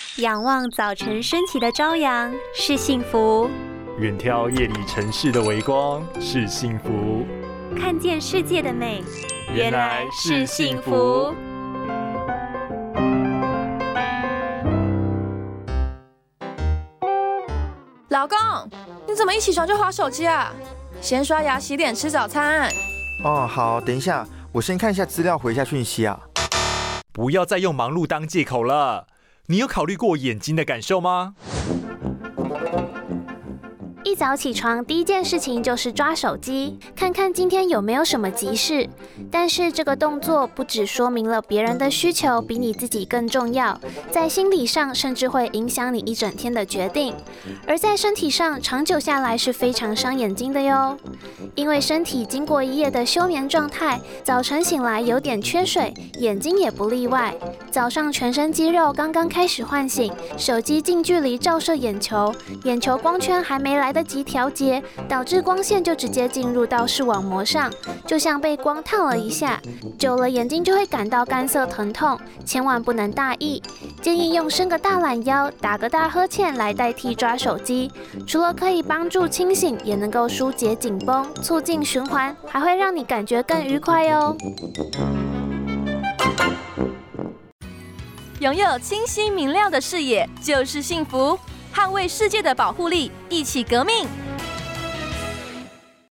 仰望早晨升起的朝阳是幸福， 远眺夜里城市的微光是幸福， 看见世界的美原来是幸福。 老公，你怎么一起床就滑手机啊？先刷牙、洗脸、吃早餐。 哦，好，等一下，我先看一下资料，回一下讯息啊。 不要再用忙碌当借口了，你有考虑过眼睛的感受吗？ 一早起床，第一件事情就是抓手机，看看今天有没有什么急事。但是这个动作不只说明了别人的需求比你自己更重要，在心理上甚至会影响你一整天的决定，而在身体上长久下来是非常伤眼睛的哟。因为身体经过一夜的休眠状态，早晨醒来有点缺水，眼睛也不例外。早上全身肌肉刚刚开始唤醒，手机近距离照射眼球，眼球光圈还没来得及调节，导致光线就直接进入到视网膜上，就像被光烫了一下，久了眼睛就会感到干涩疼痛，千万不能大意。建议用伸个大懒腰，打个大呵欠来代替抓手机，除了可以帮助清醒，也能够疏解紧绷，促进循环，还会让你感觉更愉快哦。 拥有清晰明亮的视野就是幸福，捍卫世界的保护力，一起革命。